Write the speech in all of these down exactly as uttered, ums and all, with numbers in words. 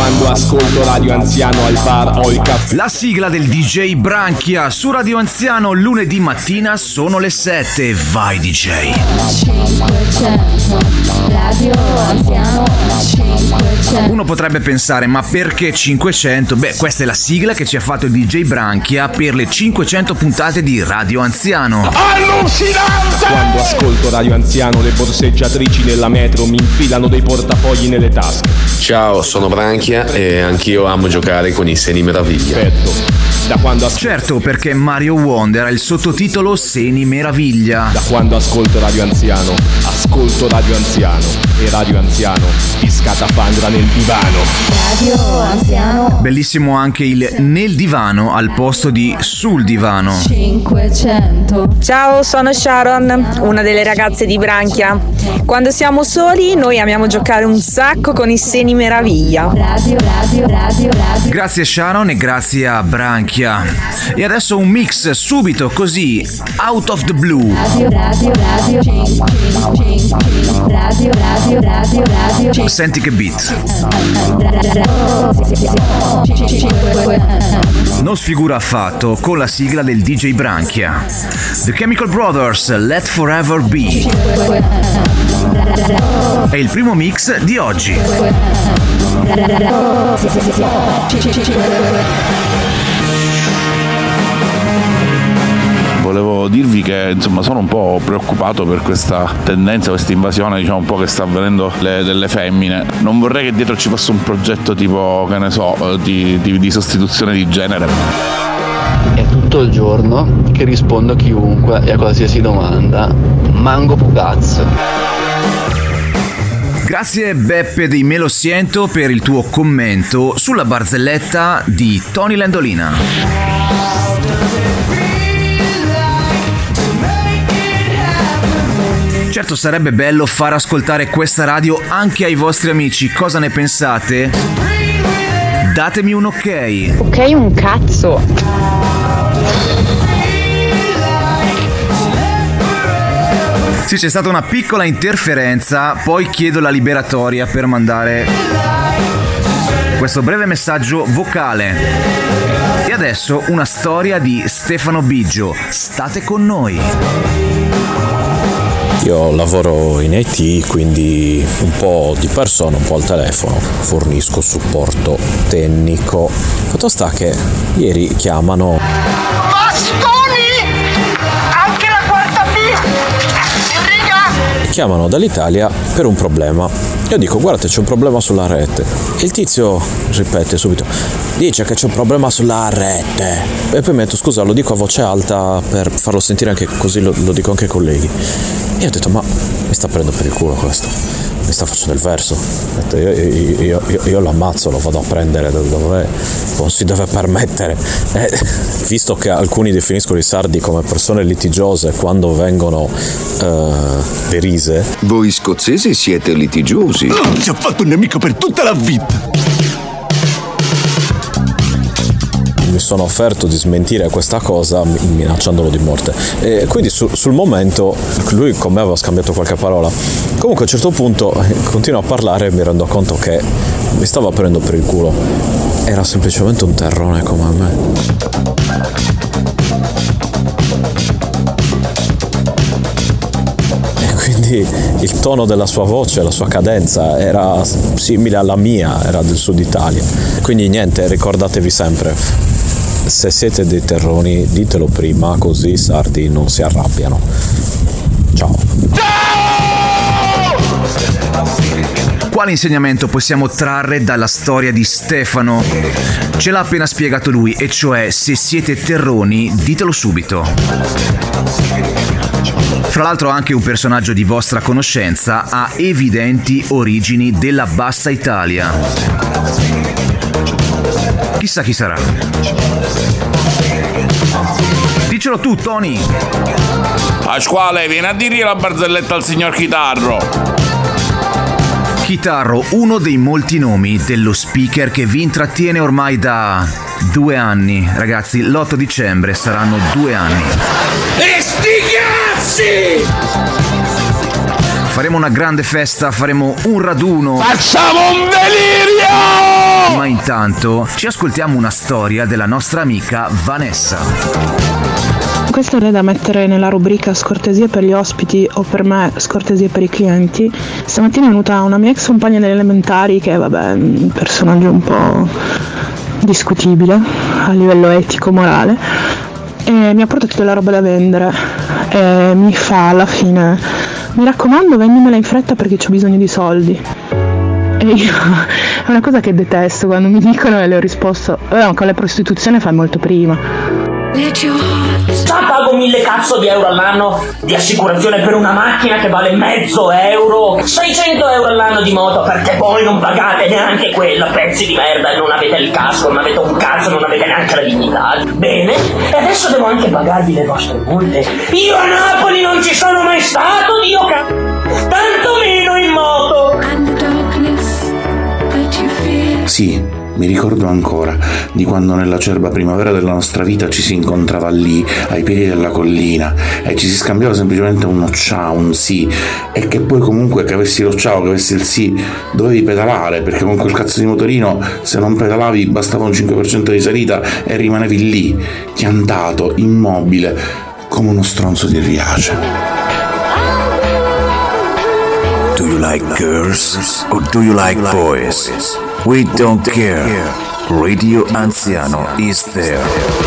quando ascolto Radio Anziano al bar ho il caffè. La sigla del D J Branchia su Radio Anziano lunedì mattina sono le sette. Vai D J. cinquecento Radio Anziano cinquecento. Uno potrebbe pensare, ma perché cinquecento? Beh, questa è la sigla che ci ha fatto il D J Branchia per le cinquecento puntate di Radio Anziano. Allucinante! Quando ascolto Radio Anziano le borseggiatrici nella metro mi infilano dei portafogli nelle tasche. Ciao, sono Branchia e anch'io amo giocare con i seni meraviglia. Perfetto. Da quando as- Certo, perché Mario Wonder ha il sottotitolo Seni Meraviglia. Da quando ascolto Radio Anziano, ascolto Radio Anziano e Radio Anziano ti scatafandra nel divano. Radio Anziano Bellissimo anche il nel divano al posto di sul divano. cinquecento. Ciao, sono Sharon, una delle ragazze di Branchia. Quando siamo soli noi amiamo giocare un sacco con i seni meraviglia. Radio, radio, radio, radio. Grazie Sharon e grazie a Branchia. E adesso un mix subito così, out of the blue. Radio, radio, radio. Radio, radio, radio, radio. Senti che beat. Non sfigura affatto con la sigla del D J Branchia. The Chemical Brothers, Let Forever Be. È il primo mix di oggi. Volevo dirvi che insomma sono un po' preoccupato per questa tendenza, questa invasione diciamo un po' che sta avvenendo le, delle femmine. Non vorrei che dietro ci fosse un progetto tipo, che ne so, di, di, di sostituzione di genere. È tutto il giorno che rispondo a chiunque e a qualsiasi domanda. Mango Pugaz. Grazie Beppe dei Me Lo Siento per il tuo commento sulla barzelletta di Tony Landolina. Certo, sarebbe bello far ascoltare questa radio anche ai vostri amici. Cosa ne pensate? Datemi un ok. Ok, un cazzo. Sì, c'è stata una piccola interferenza, poi chiedo la liberatoria per mandare questo breve messaggio vocale. E adesso una storia di Stefano Biggio. State con noi. Io lavoro in I T, quindi un po' di persona, un po' al telefono, fornisco supporto tecnico. Fatto sta che ieri chiamano... Bastoni! Anche la quarta B! In riga! Chiamano dall'Italia per un problema. Io dico, guardate, c'è un problema sulla rete. E il tizio ripete subito, dice che c'è un problema sulla rete. E poi metto, scusa, lo dico a voce alta per farlo sentire anche così, lo, lo dico anche ai colleghi. E ho detto, ma mi sta prendendo per il culo questo, mi sta facendo il verso. Ho detto, io, io, io, io lo ammazzo, lo vado a prendere da dove non si deve permettere. E, visto che alcuni definiscono i sardi come persone litigiose quando vengono eh, derise. Voi scozzesi siete litigiosi. Oh, ci ha fatto un nemico per tutta la vita. Mi sono offerto di smentire questa cosa minacciandolo di morte e quindi su, sul momento lui con me aveva scambiato qualche parola. Comunque a un certo punto continua a parlare e mi rendo conto che mi stava prendendo per il culo. Era semplicemente un terrone come me. E quindi il tono della sua voce, la sua cadenza era simile alla mia, era del sud Italia. Quindi niente, ricordatevi sempre, se siete dei terroni ditelo prima, così i sardi non si arrabbiano. Ciao. Quale insegnamento possiamo trarre dalla storia di Stefano? Ce l'ha appena spiegato lui, e cioè, se siete terroni ditelo subito. Fra l'altro anche un personaggio di vostra conoscenza ha evidenti origini della bassa Italia. Chissà chi sarà. Dicelo tu, Tony. Pasquale, vieni a dire la barzelletta al signor Chitarro. Chitarro, uno dei molti nomi dello speaker che vi intrattiene ormai da due anni. Ragazzi, l'otto dicembre saranno due anni. E sti cazzi! Faremo una grande festa, faremo un raduno. Facciamo un delirio! Ma intanto ci ascoltiamo una storia della nostra amica Vanessa. Questo è da mettere nella rubrica scortesie per gli ospiti o per me scortesie per i clienti. Stamattina è venuta una mia ex compagna delle elementari che vabbè, un personaggio un po' discutibile a livello etico-morale, e mi ha portato della roba da vendere e mi fa alla fine: mi raccomando, vendimela in fretta perché ho bisogno di soldi. E io è una cosa che detesto quando mi dicono, e le ho risposto: eh, con la prostituzione fai molto prima. Già pago mille cazzo di euro all'anno di assicurazione per una macchina che vale mezzo euro, seicento euro all'anno di moto, perché poi non pagate neanche quella, pezzi di merda, non avete il casco, non avete un cazzo, non avete neanche la dignità. Bene, e adesso devo anche pagarvi le vostre multe. Io a Napoli non ci sono mai stato, Dio ca... tanto meno in moto. Sì, mi ricordo ancora di quando nella acerba primavera della nostra vita ci si incontrava lì, ai piedi della collina, e ci si scambiava semplicemente uno ciao, un sì, e che poi comunque che avessi lo ciao, che avessi il sì, dovevi pedalare, perché con quel cazzo di motorino se non pedalavi bastava un cinque per cento di salita e rimanevi lì, piantato, immobile, come uno stronzo di Riace. Do you like girls or do you like boys? We don't care. Radio Anziano is there.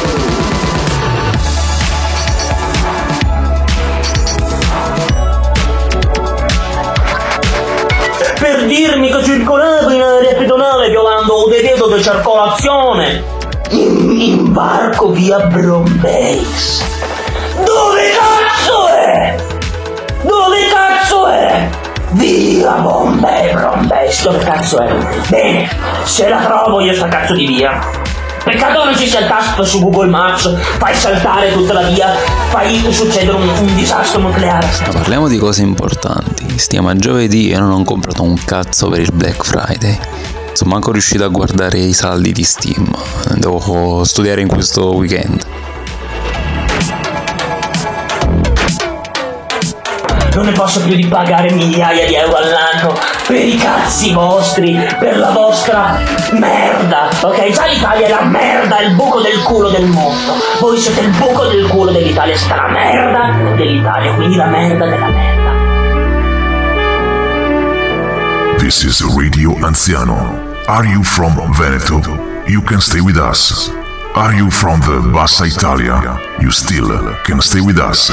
Per dirmi che circolavo in area pedonale violando un divieto di circolazione in, in barco via Brombeis. Dove cazzo è? Dove cazzo è? Via Bombay, Brombeis, dove cazzo è? Bene, se la trovo io sta cazzo di via. Peccato non ci sia il tasto su Google Maps, fai saltare tutta la via, fai succedere un, un disastro nucleare. Ma parliamo di cose importanti. Stiamo a giovedì e non ho comprato un cazzo per il Black Friday. Sono manco riuscito a guardare i saldi di Steam. Devo studiare in questo weekend. Non ne posso più di pagare migliaia di euro all'anno per i cazzi vostri, per la vostra merda, ok? Già l'Italia è la merda, è il buco del culo del mondo. Voi siete il buco del culo dell'Italia, siete la merda dell'Italia, quindi la merda della merda. This is Radio Anziano. Are you from Veneto? You can stay with us. Are you from the Bassa Italia? You still can stay with us.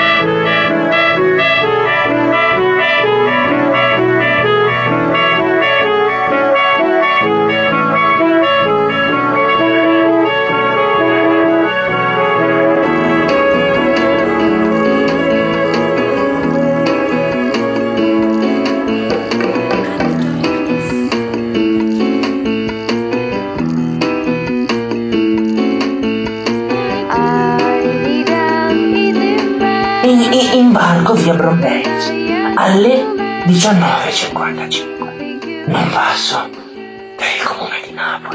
Imbarco via Brombeis alle diciannove e cinquantacinque. Non passo per il comune di Napoli.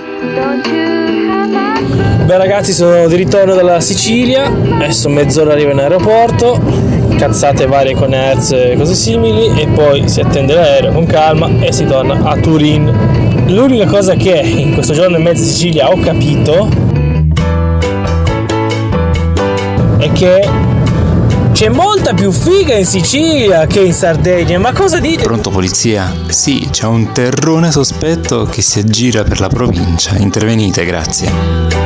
Beh ragazzi, sono di ritorno dalla Sicilia, adesso mezz'ora arrivo in aeroporto, cazzate varie con Hertz e cose simili, e poi si attende l'aereo con calma e si torna a Turin. L'unica cosa che in questo giorno e mezzo in Sicilia ho capito è che c'è molta più figa in Sicilia che in Sardegna, ma cosa dite? Pronto polizia? Sì, c'è un terrone sospetto che si aggira per la provincia. Intervenite, grazie.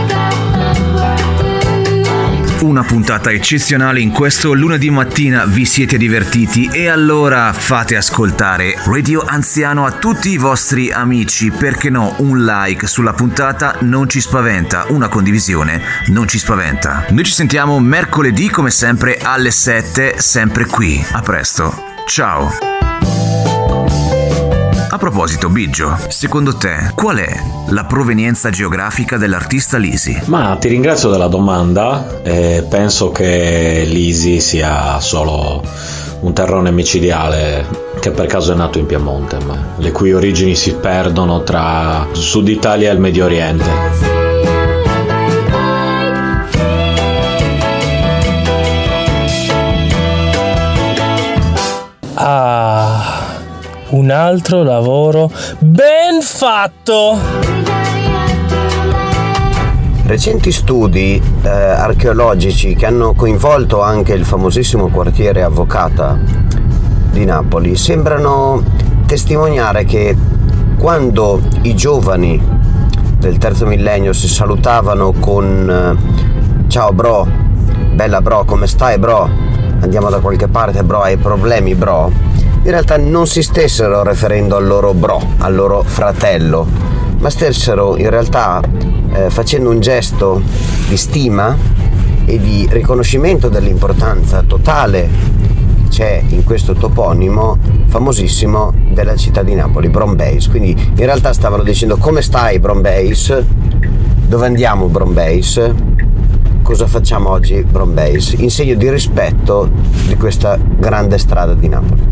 Una puntata eccezionale in questo lunedì mattina, vi siete divertiti e allora fate ascoltare Radio Anziano a tutti i vostri amici, perché no, un like sulla puntata non ci spaventa, una condivisione non ci spaventa. Noi ci sentiamo mercoledì come sempre alle sette, sempre qui. A presto, ciao. A proposito, Biggio, secondo te qual è la provenienza geografica dell'artista Lisi? Ma ti ringrazio della domanda, eh, penso che Lisi sia solo un terrone micidiale che per caso è nato in Piemonte, ma le cui origini si perdono tra Sud Italia e il Medio Oriente. Ah, un altro lavoro ben fatto! Recenti studi eh, archeologici che hanno coinvolto anche il famosissimo quartiere Avvocata di Napoli sembrano testimoniare che quando i giovani del terzo millennio si salutavano con eh, ciao bro, bella bro, come stai bro, andiamo da qualche parte bro, hai problemi bro, in realtà non si stessero riferendo al loro bro, al loro fratello, ma stessero in realtà eh, facendo un gesto di stima e di riconoscimento dell'importanza totale che c'è in questo toponimo famosissimo della città di Napoli, Brombeis. Quindi in realtà stavano dicendo come stai Brombeis, dove andiamo Brombeis, cosa facciamo oggi Brombeis, in segno di rispetto di questa grande strada di Napoli.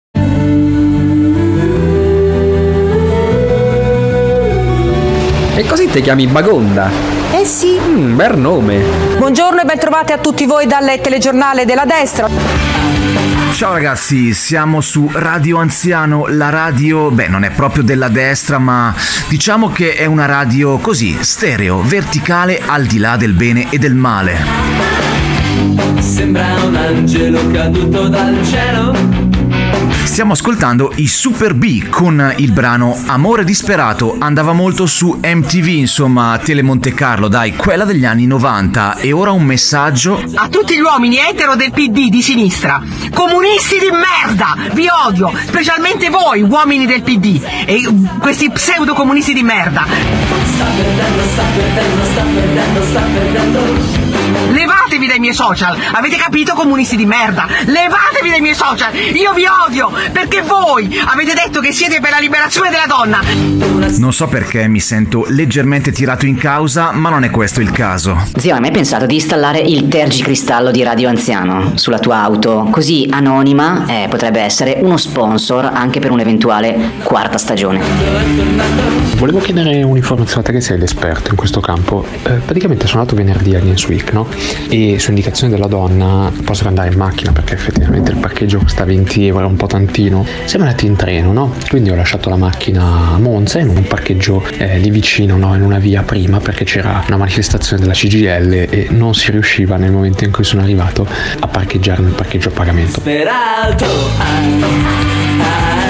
E così ti chiami Bagonda? Eh sì. Mm, bel nome. Buongiorno e ben trovati a tutti voi dal telegiornale della destra. Ciao ragazzi, siamo su Radio Anziano, la radio, beh, non è proprio della destra, ma diciamo che è una radio così, stereo, verticale, al di là del bene e del male. Sembra un angelo caduto dal cielo. Stiamo ascoltando i Super B con il brano Amore disperato, andava molto su M T V, insomma Tele Monte Carlo, dai, quella degli anni novanta. E ora un messaggio a tutti gli uomini etero del P D di sinistra: comunisti di merda, vi odio, specialmente voi uomini del P D e questi pseudo comunisti di merda. Sta perdendo, sta perdendo, sta perdendo, sta perdendo. Levatevi dai miei social, avete capito comunisti di merda? Levatevi dai miei social, io vi odio perché voi avete detto che siete per la liberazione della donna. Non so perché mi sento leggermente tirato in causa, ma non è questo il caso. Zio, hai mai pensato di installare il tergicristallo di Radio Anziano sulla tua auto? Così anonima eh, potrebbe essere uno sponsor anche per un'eventuale quarta stagione. Volevo chiedere un'informazione a te che sei l'esperto in questo campo. Eh, praticamente sono andato venerdì a Newsweek, no? E su indicazione della donna posso andare in macchina perché effettivamente il parcheggio costa venti euro, è un po' tantino. Siamo andati in treno, no? Quindi ho lasciato la macchina a Monza in un parcheggio eh, lì vicino, no? In una via prima, perché c'era una manifestazione della C G I L e non si riusciva nel momento in cui sono arrivato a parcheggiare nel parcheggio a pagamento. Sperato, ah, ah,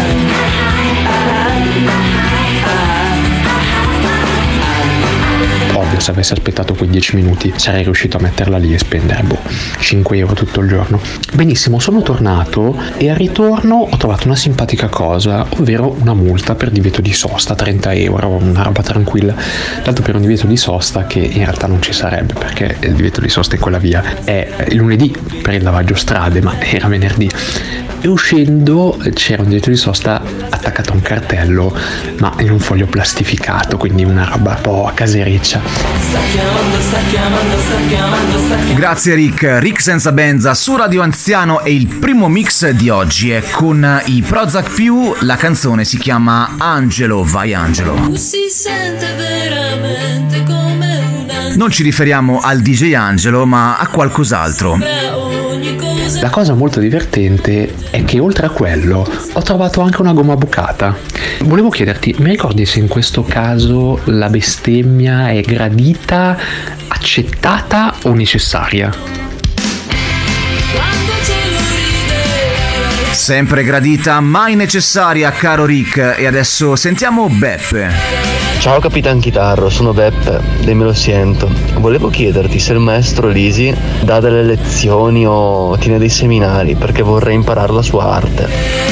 Ovvio, se avessi aspettato quei dieci minuti sarei riuscito a metterla lì e spendere boh, cinque euro tutto il giorno. Benissimo, sono tornato e al ritorno ho trovato una simpatica cosa, ovvero una multa per divieto di sosta, trenta euro, una roba tranquilla. Tanto per un divieto di sosta che in realtà non ci sarebbe, perché il divieto di sosta in quella via è il lunedì per il lavaggio strade, ma era venerdì. E uscendo c'era un divieto di sosta attaccato a un cartello, ma in un foglio plastificato, quindi una roba un po' casereccia. sta chiamando, sta chiamando, sta chiamando, sta chiamando. Grazie Rick, Rick senza Benza su Radio Anziano, e il primo mix di oggi è con i Prozac più, la canzone si chiama Angelo, vai Angelo. Si sente veramente come una... Non ci riferiamo al D J Angelo, ma a qualcos'altro. La cosa molto divertente è che oltre a quello ho trovato anche una gomma bucata. Volevo chiederti, mi ricordi se in questo caso la bestemmia è gradita, accettata o necessaria? Sempre gradita, mai necessaria, caro Rick. E adesso sentiamo Beppe. Ciao Capitan Chitarro, sono Beppe, dei Me Lo Siento. Volevo chiederti se il maestro Lisi dà delle lezioni o tiene dei seminari, perché vorrei imparare la sua arte.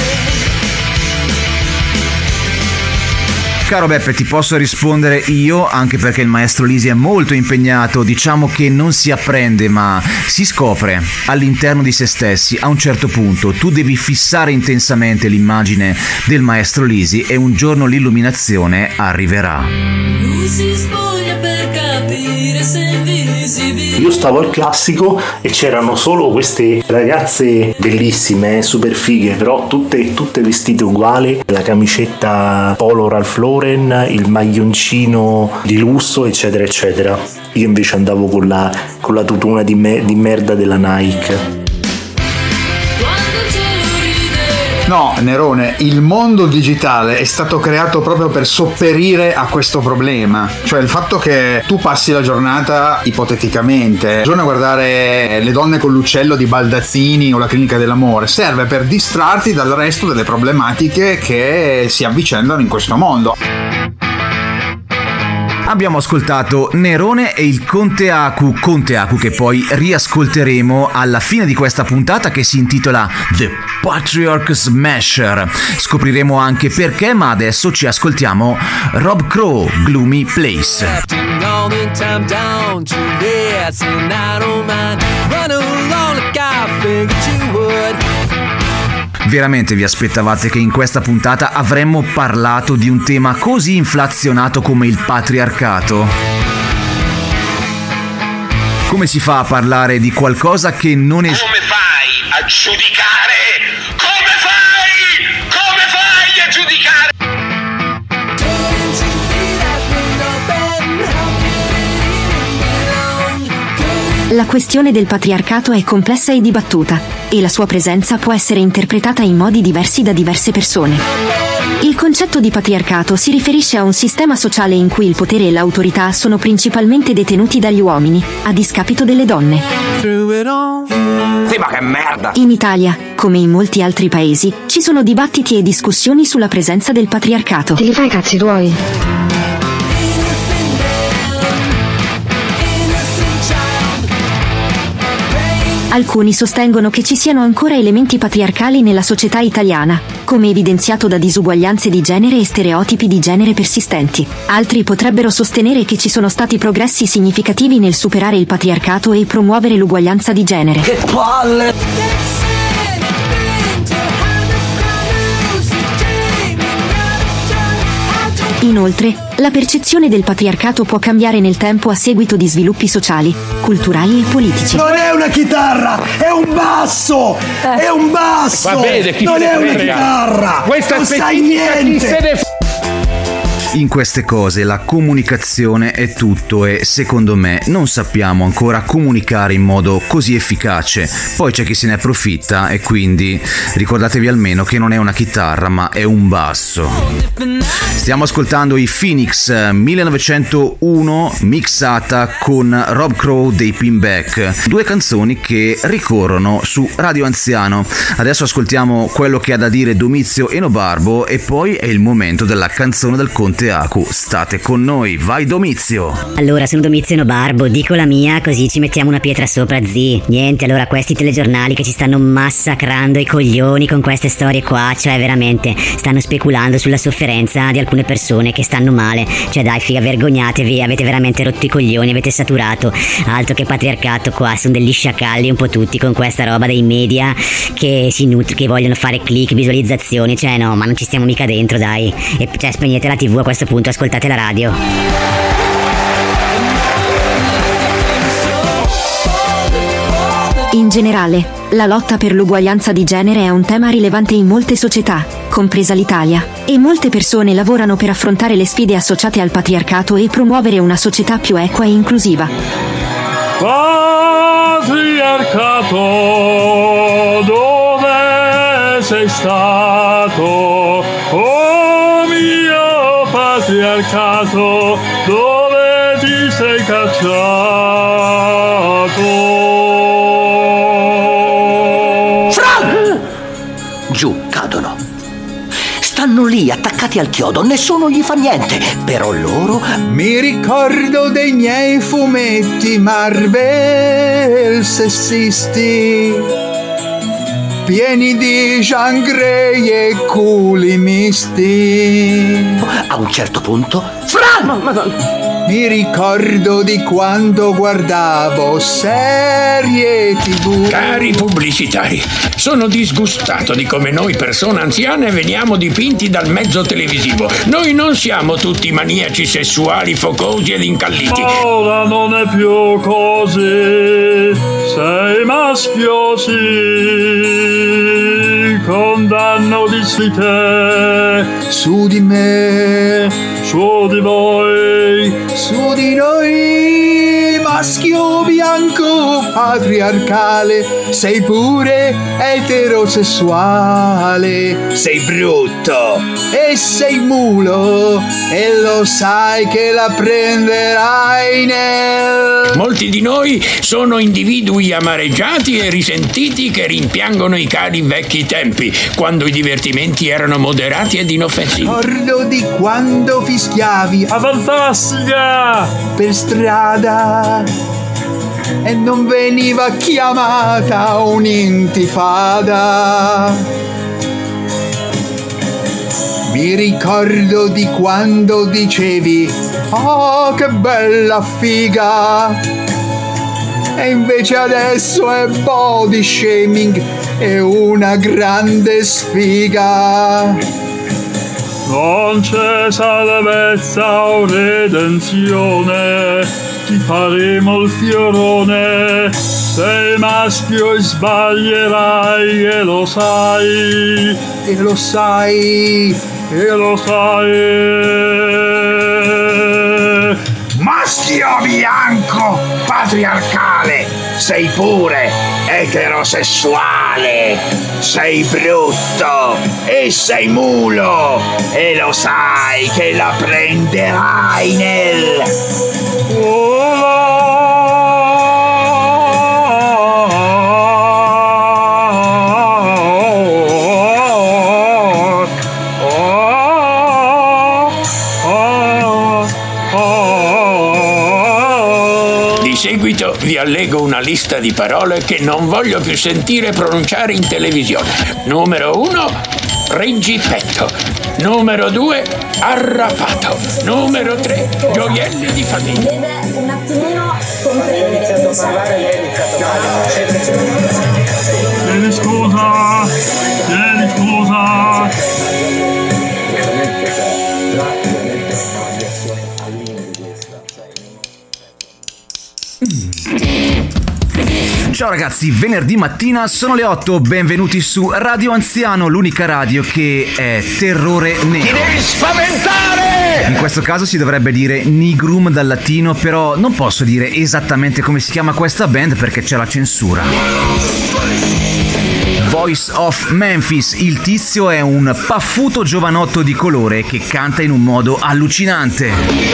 Caro Beppe, ti posso rispondere io, anche perché il maestro Lisi è molto impegnato. Diciamo che non si apprende, ma si scopre all'interno di se stessi. A un certo punto tu devi fissare intensamente l'immagine del maestro Lisi e un giorno l'illuminazione arriverà. Lui si spoglia per capire se è invisibile. Io stavo al classico e c'erano solo queste ragazze bellissime, super fighe, però tutte, tutte vestite uguali, la camicetta polo Ralph Lauren, il maglioncino di lusso, eccetera eccetera. Io invece andavo con la, con la tutuna di, me, di merda della Nike. Quando il cielo ride No, Nerone, il mondo digitale è stato creato proprio per sopperire a questo problema. Cioè il fatto che tu passi la giornata, ipoteticamente, giorno a guardare Le donne con l'uccello di Baldazzini o La clinica dell'amore, serve per distrarti dal resto delle problematiche che si avvicendano in questo mondo. Abbiamo ascoltato Nerone e il Conte Aku, Conte Aku che poi riascolteremo alla fine di questa puntata, che si intitola The Patriarch Smasher. Scopriremo anche perché, ma adesso ci ascoltiamo Rob Crow, Gloomy Place. Veramente vi aspettavate che in questa puntata avremmo parlato di un tema così inflazionato come il patriarcato? Come si fa a parlare di qualcosa che non esiste? Come fai a giudicare? Come fai? Come fai a giudicare? La questione del patriarcato è complessa e dibattuta, e la sua presenza può essere interpretata in modi diversi da diverse persone. Il concetto di patriarcato si riferisce a un sistema sociale in cui il potere e l'autorità sono principalmente detenuti dagli uomini, a discapito delle donne. Sì, ma che merda! In Italia, come in molti altri paesi, ci sono dibattiti e discussioni sulla presenza del patriarcato. Te li fai i cazzi tuoi? Alcuni sostengono che ci siano ancora elementi patriarcali nella società italiana, come evidenziato da disuguaglianze di genere e stereotipi di genere persistenti. Altri potrebbero sostenere che ci sono stati progressi significativi nel superare il patriarcato e promuovere l'uguaglianza di genere. Che palle! Inoltre, la percezione del patriarcato può cambiare nel tempo a seguito di sviluppi sociali, culturali e politici. Non è una chitarra, è un basso! È un basso! Va bene, chi non se ne è una frega. chitarra! Questa non sai specifica chi niente! se ne f- In queste cose la comunicazione è tutto e secondo me non sappiamo ancora comunicare in modo così efficace. Poi c'è chi se ne approfitta e quindi ricordatevi almeno che non è una chitarra ma è un basso. Stiamo ascoltando i Phoenix millenovecentouno mixata con Rob Crow dei Pinback, due canzoni che ricorrono su Radio Anziano. Adesso ascoltiamo quello che ha da dire Domizio Enobarbo e poi è il momento della canzone del Conte Aku. State con noi, vai Domizio. Allora, sono Domizio Enobarbo, dico la mia così ci mettiamo una pietra sopra, zi. Niente, allora questi telegiornali che ci stanno massacrando i coglioni con queste storie qua, cioè veramente stanno speculando sulla sofferenza di alcune persone che stanno male. Cioè dai figa, vergognatevi, avete veramente rotto i coglioni, avete saturato. Altro che patriarcato qua, sono degli sciacalli un po' tutti con questa roba dei media che si nutri, che vogliono fare click, visualizzazioni, cioè no, ma non ci stiamo mica dentro, dai. E cioè spegnete la tivù a questo punto, ascoltate la radio. In generale, la lotta per l'uguaglianza di genere è un tema rilevante in molte società, compresa l'Italia, e molte persone lavorano per affrontare le sfide associate al patriarcato e promuovere una società più equa e inclusiva. Patriarcato, dove sei stato? Oh mio patriarcato, dove ti sei cacciato? Giù cadono. Stanno lì attaccati al chiodo, nessuno gli fa niente, però loro... Mi ricordo dei miei fumetti Marvel sessisti, pieni di Jean Grey e culi misti. A un certo punto... Fran! Ma, ma, ma... Mi ricordo di quando guardavo serie tivù. Cari pubblicitari, sono disgustato di come noi persone anziane veniamo dipinti dal mezzo televisivo. Noi non siamo tutti maniaci sessuali, focosi ed incalliti. Ora non è più così, sei maschio sì, condanno di te, su di me, su di voi, su di noi, Maschio bianco patriarcale, sei pure eterosessuale, sei brutto e sei mulo e lo sai che la prenderai nel... Molti di noi sono individui amareggiati e risentiti che rimpiangono i cari vecchi tempi, quando i divertimenti erano moderati ed inoffensivi. Ricordo di quando fischiavi a fantastica per strada e non veniva chiamata un'intifada. Mi ricordo di quando dicevi oh che bella figa, e invece adesso è body shaming, è una grande sfiga. Non c'è salvezza o redenzione, ti faremo il fiorone, sei maschio e sbaglierai e lo sai, e lo sai, e lo sai. Maschio bianco patriarcale, sei pure eterosessuale, sei brutto e sei mulo e lo sai che la prenderai nel... Seguito vi allego una lista di parole che non voglio più sentire pronunciare in televisione. Numero uno, reggipetto. Numero due, arrapato. Numero tre, gioielli di famiglia. Un attimino comprendere. Chiedi scusa, chiedi scusa. Ciao ragazzi, venerdì mattina sono le otto, benvenuti su Radio Anziano, l'unica radio che è terrore nero. Ti devi spaventare! In questo caso si dovrebbe dire Nigrum dal latino, però non posso dire esattamente come si chiama questa band perché c'è la censura. Voice of Memphis, il tizio è un paffuto giovanotto di colore che canta in un modo allucinante.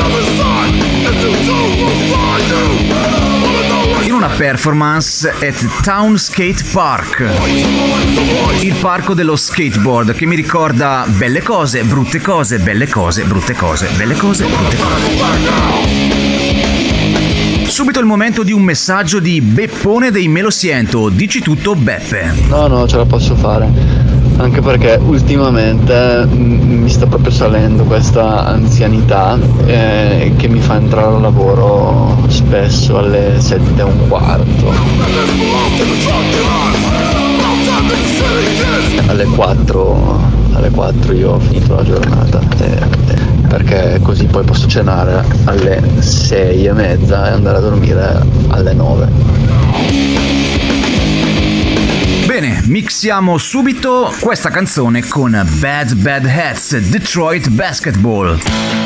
In una performance at Town Skate Park, il parco dello skateboard, che mi ricorda belle cose, brutte cose, belle cose, brutte cose, belle cose, brutte cose. Subito il momento di un messaggio di Beppone dei Me lo Siento. Dici tutto, Beppe. No, no, ce la posso fare. Anche perché ultimamente m- mi sta proprio salendo questa anzianità eh, che mi fa entrare al lavoro spesso alle sette e un quarto. Alle quattro, alle quattro io ho finito la giornata. Eh, perché così poi posso cenare alle sei e mezza e andare a dormire alle nove. Bene, mixiamo subito questa canzone con Bad Bad Hats, Detroit Basketball,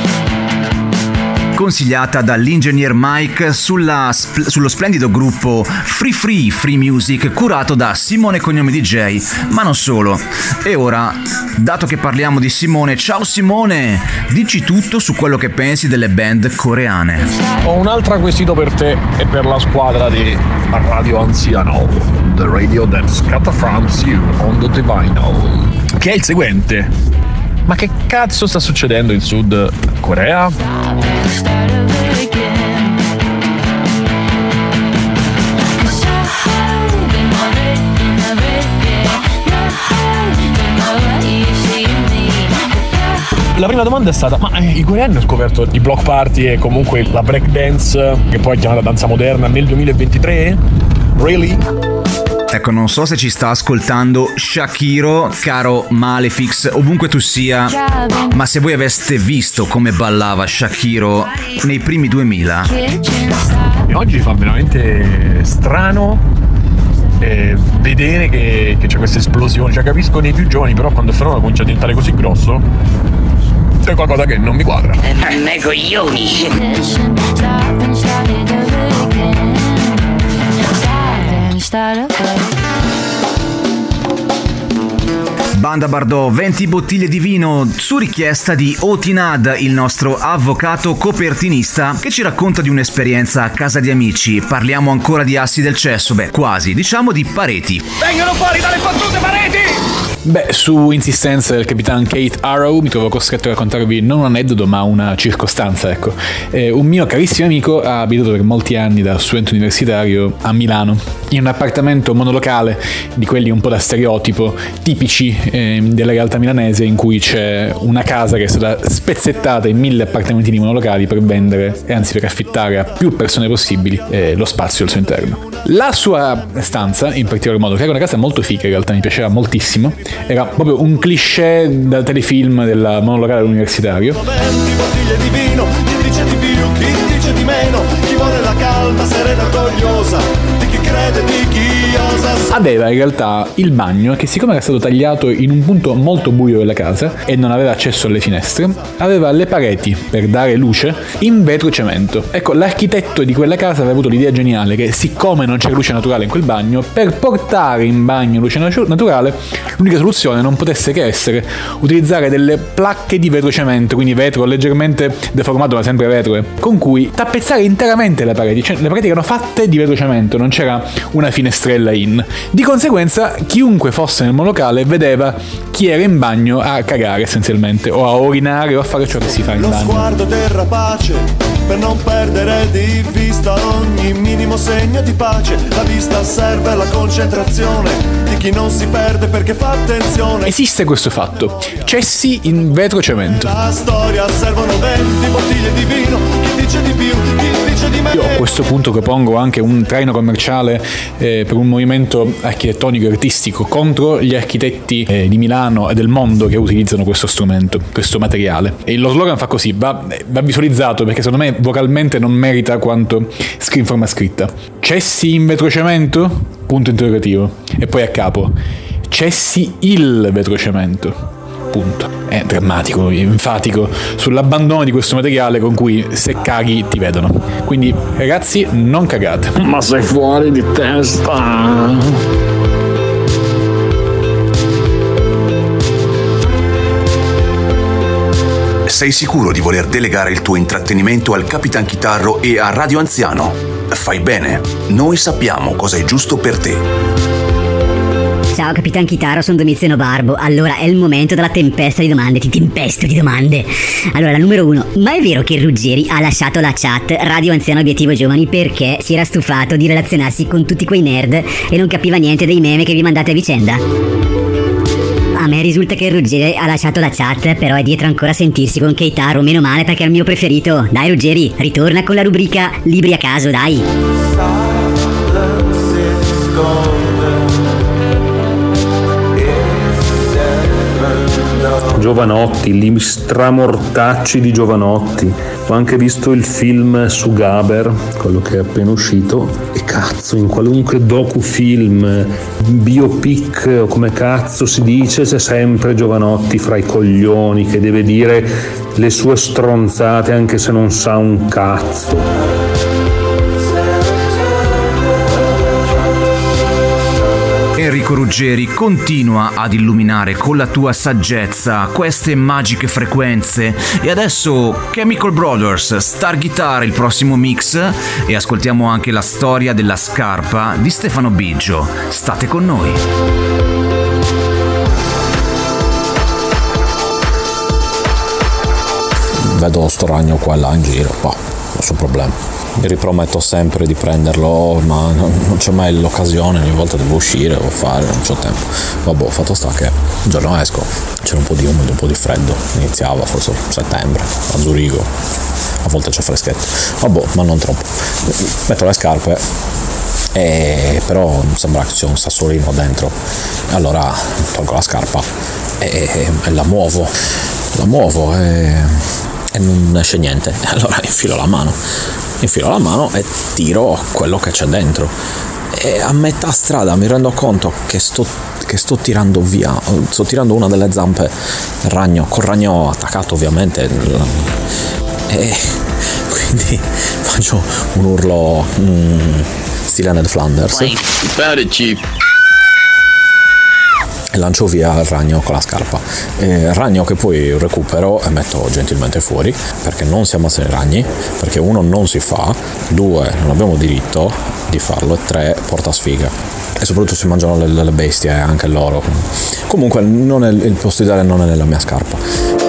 consigliata dall'ingegner Mike sulla, sullo splendido gruppo Free Free Free Music curato da Simone Cognome D J, ma non solo. E ora, dato che parliamo di Simone, ciao Simone, dici tutto su quello che pensi delle band coreane. Ho un altro quesito per te e per la squadra di Radio Anziano, the radio that scatterframs you on the vinyl, che è il seguente: ma che cazzo sta succedendo in Sud Corea? La prima domanda è stata: ma eh, i coreani hanno scoperto i block party e comunque la breakdance, che poi è chiamata danza moderna, nel duemilaventitré? Really? Ecco, non so se ci sta ascoltando Shakiro, caro Malefics, ovunque tu sia, ma se voi aveste visto come ballava Shakiro nei primi duemila. E oggi fa veramente strano eh, vedere che, che c'è questa esplosione. Cioè, capisco nei più giovani, però quando il fenomeno comincia a diventare così grosso c'è qualcosa che non mi quadra. Me coglioni! instead of Banda Bardot, venti bottiglie di vino su richiesta di Otinad, il nostro avvocato copertinista, che ci racconta di un'esperienza a casa di amici. Parliamo ancora di assi del cesso, beh, quasi, diciamo di pareti. Vengono fuori dalle fottute pareti! Beh, su insistenza del capitano Kate Arrow mi trovo costretto a raccontarvi non un aneddoto ma una circostanza, ecco. Eh, un mio carissimo amico ha abitato per molti anni da studente universitario a Milano, in un appartamento monolocale, di quelli un po' da stereotipo, tipici eh, della realtà milanese, in cui c'è una casa che è stata spezzettata in mille appartamentini monolocali per vendere, e anzi per affittare a più persone possibili eh, lo spazio al suo interno. La sua stanza, in particolar modo, che era una casa molto figa in realtà, mi piaceva moltissimo, era proprio un cliché dal telefilm del monolocale universitario. venti bottiglie di vino, chi dice di più, chi dice di meno, chi vuole la calma, serena, orgogliosa, di chi crede, di chi osa. Aveva in realtà il bagno che, siccome era stato tagliato in un punto molto buio della casa e non aveva accesso alle finestre, aveva le pareti, per dare luce, in vetro cemento. Ecco, l'architetto di quella casa aveva avuto l'idea geniale che, siccome non c'era luce naturale in quel bagno, per portare in bagno luce naturale, l'unica soluzione non potesse che essere utilizzare delle placche di vetro cemento, quindi vetro leggermente deformato ma sempre vetro, eh, con cui tappezzare interamente le pareti. Cioè, le pareti erano fatte di vetro cemento, non c'era una finestrella in. Di conseguenza, chiunque fosse nel monolocale vedeva chi era in bagno a cagare essenzialmente, o a urinare, o a fare ciò che si fa in Lo bagno. sguardo del rapace, per non perdere di vista ogni minimo segno di pace. La vista serve alla concentrazione di chi non si perde perché fa attenzione. Esiste questo fatto: cessi in vetro cemento. La storia servono venti bottiglie di vino, chi dice di più, chi dice di meno. Io a questo punto propongo anche un traino commerciale eh, per un movimento architettonico e artistico contro gli architetti eh, di Milano e del mondo che utilizzano questo strumento, questo materiale. E lo slogan fa così, va, va visualizzato, perché secondo me vocalmente non merita quanto in forma scritta. Cessi in vetrocemento? Punto interrogativo. E poi a capo: cessi il vetrocemento. Punto. È drammatico, enfatico sull'abbandono di questo materiale con cui se caghi ti vedono. Quindi ragazzi, non cagate. Ma sei fuori di testa. Sei sicuro di voler delegare il tuo intrattenimento al Capitan Chitarro e a Radio Anziano? Fai bene, noi sappiamo cosa è giusto per te. Ciao Capitan Chitarro, sono Domiziano Barbo. Allora, è il momento della tempesta di domande. Ti tempesto di domande. Allora, la numero uno: ma è vero che Ruggeri ha lasciato la chat Radio Anziano Obiettivo Giovani perché si era stufato di relazionarsi con tutti quei nerd e non capiva niente dei meme che vi mandate a vicenda? A me risulta che Ruggeri ha lasciato la chat, però è dietro ancora a sentirsi con Keitaro. Meno male, perché è il mio preferito. Dai Ruggeri, ritorna con la rubrica Libri a caso, dai. Giovanotti, gli stramortacci di Giovanotti. Ho anche visto il film su Gaber, quello che è appena uscito, e cazzo, in qualunque docufilm, biopic o come cazzo si dice, c'è sempre Giovanotti fra i coglioni che deve dire le sue stronzate anche se non sa un cazzo. Enrico Ruggeri continua ad illuminare con la tua saggezza queste magiche frequenze. E adesso Chemical Brothers, Star Guitar, il prossimo mix, e ascoltiamo anche la storia della scarpa di Stefano Biggio. State con noi. Vedo sto ragno qua e là in giro, ma nessun problema. Mi riprometto sempre di prenderlo, ma non, non c'è mai l'occasione, ogni volta devo uscire o fare, non c'ho tempo. Vabbè, fatto sta che un giorno esco, c'era un po' di umido, un po' di freddo, iniziava forse settembre, a Zurigo, a volte c'è freschetto. Vabbè, ma non troppo. Metto le scarpe, e però sembra che c'è un sassolino dentro. Allora tolgo la scarpa e, e la muovo, la muovo e, e non esce niente. Allora infilo la mano. Infilo la mano e tiro quello che c'è dentro, e a metà strada mi rendo conto che sto, che sto tirando via, sto tirando una delle zampe del ragno, col ragno attaccato ovviamente, e quindi faccio un urlo mm, stile Ned Flanders. E lancio via il ragno con la scarpa. Eh, ragno che poi recupero e metto gentilmente fuori, perché non si ammazzano i ragni, perché uno non si fa, due non abbiamo diritto di farlo e tre porta sfiga. E soprattutto si mangiano le, le bestie, anche loro. Comunque non è, il posto ideale non è nella mia scarpa.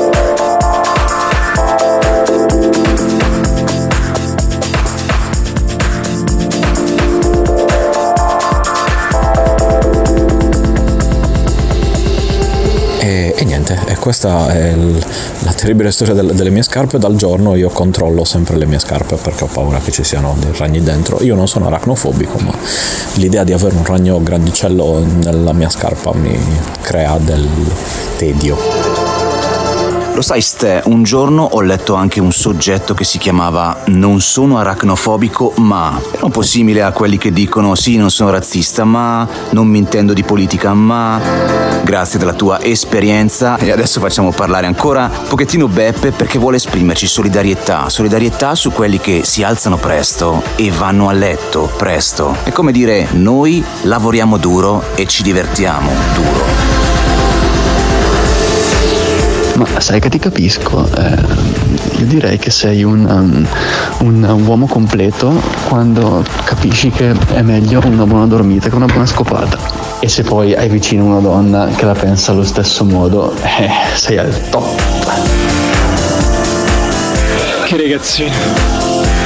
E niente, e questa è il, la terribile storia del, delle mie scarpe. Dal giorno io controllo sempre le mie scarpe perché ho paura che ci siano dei ragni dentro. Io non sono aracnofobico, ma l'idea di avere un ragno grandicello nella mia scarpa mi crea del tedio. Lo sai Ste, un giorno ho letto anche un soggetto che si chiamava "Non sono aracnofobico ma", era un po' simile a quelli che dicono "Sì, non sono razzista ma", "Non mi intendo di politica ma". Grazie della tua esperienza. E adesso facciamo parlare ancora un pochettino Beppe, perché vuole esprimerci solidarietà, solidarietà su quelli che si alzano presto e vanno a letto presto. È come dire: noi lavoriamo duro e ci divertiamo duro. Ma sai che ti capisco, eh, io direi che sei un, um, un uomo completo quando capisci che è meglio una buona dormita che una buona scopata. E se poi hai vicino una donna che la pensa allo stesso modo, eh, sei al top. Che ragazzino.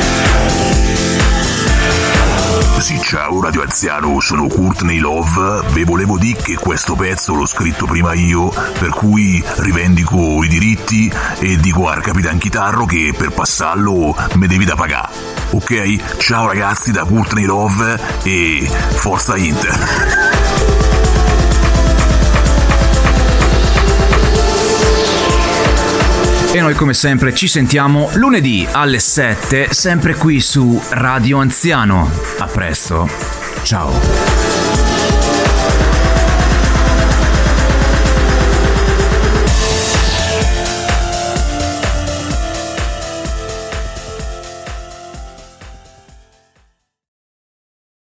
Sì, ciao Radio Anziano, sono Courtney Love. Vi volevo dire che questo pezzo l'ho scritto prima io, per cui rivendico i diritti e dico al Capitan Chitarro che per passarlo me devi da pagare. Ok? Ciao ragazzi da Courtney Love e Forza Inter. E noi come sempre ci sentiamo lunedì alle sette, sempre qui su Radio Anziano. A presto, ciao.